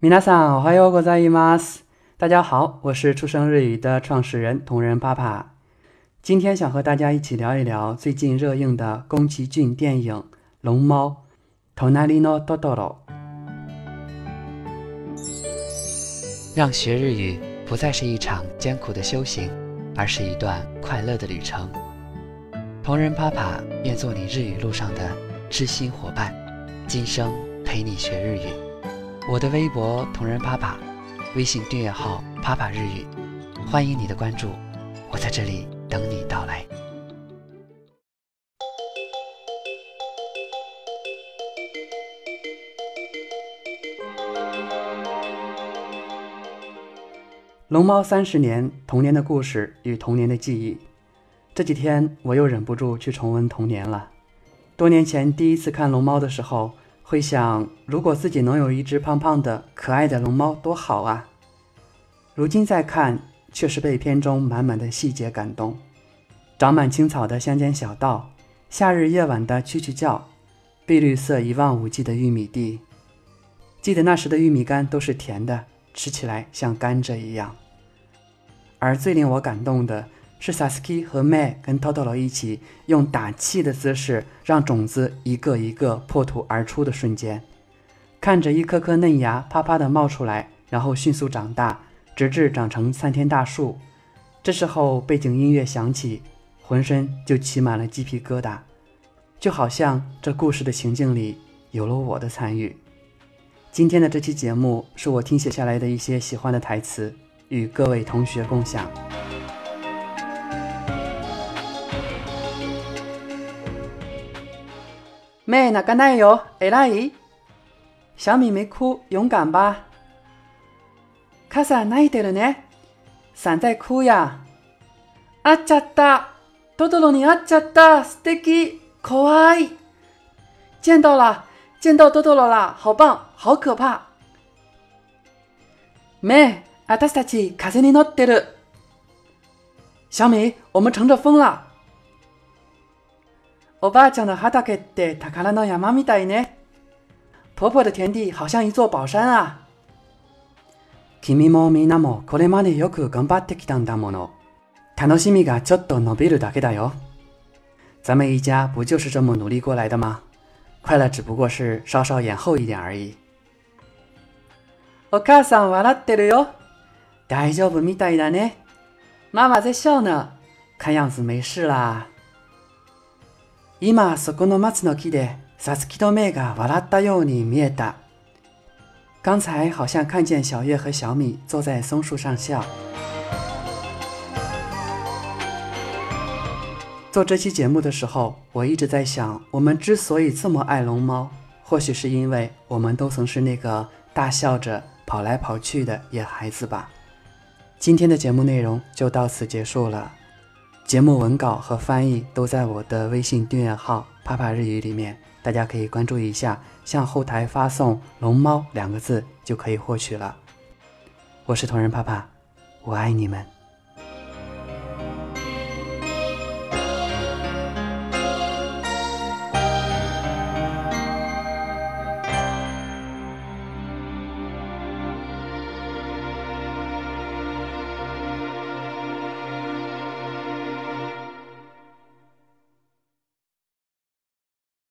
皆さんおはようございます。大家好，我是出生日语的创始人同人爸爸。今天想和大家一起聊一聊最近热映的宫崎骏电影《龙猫》隣のトトロ。 让学日语不再是一场艰苦的修行，而是一段快乐的旅程。同人爸爸愿做你日语路上的知心伙伴，今生陪你学日语。我的微博同人爸爸，微信订阅号爸爸日语，欢迎你的关注，我在这里等你到来。 龙猫30年，童年的故事与童年的记忆。这几天我又忍不住去重温童年了。多年前第一次看龙猫的时候，会想如果自己能有一只胖胖的可爱的龙猫多好啊。如今再看，却是被片中满满的细节感动。长满青草的乡间小道，夏日夜晚的蛐蛐叫，碧绿色一望无际的玉米地。记得那时的玉米干都是甜的，吃起来像甘蔗一样。而最令我感动的是 Sasuke 和 Mei 跟 Totoro 一起用打气的姿势让种子一个一个破土而出的瞬间，看着一颗颗嫩芽啪啪地冒出来，然后迅速长大，直至长成参天大树。这时候背景音乐响起，浑身就起满了鸡皮疙瘩，就好像这故事的情境里有了我的参与。今天的这期节目是我听写下来的一些喜欢的台词，与各位同学共享。妹泣かないよ，偉い。小米没哭，勇敢吧。傘泣いてるね。伞在哭呀。会っちゃった。トトロに会っちゃった。素敵。怖い。见到了，见到トトロ了，好棒，好可怕。妹，私たち風に乗ってる。小米，我们乘着风了。おばあちゃんの畑って宝の山みたいね。婆婆的田地好像一座宝山啊。君もみんなもこれまでよく頑張ってきたんだもの。楽しみがちょっと伸びるだけだよ。咱们一家不就是这么努力过来的吗？快乐只不过是稍稍延后一点而已。お母さん笑ってるよ。大丈夫みたいだね。妈妈在笑呢，看样子没事啦。今そこの松の木でサツキとメイが笑ったように見えた。刚才好像看见小叶和小米坐在松树上笑。做这期节目的时候，我一直在想，我们之所以这么爱龙猫，或许是因为我们都曾是那个大笑着跑来跑去的野孩子吧。今天的节目内容就到此结束了。节目文稿和翻译都在我的微信订阅号爸爸日语里面，大家可以关注一下，向后台发送龙猫2个字就可以获取了。我是同人爸爸，我爱你们。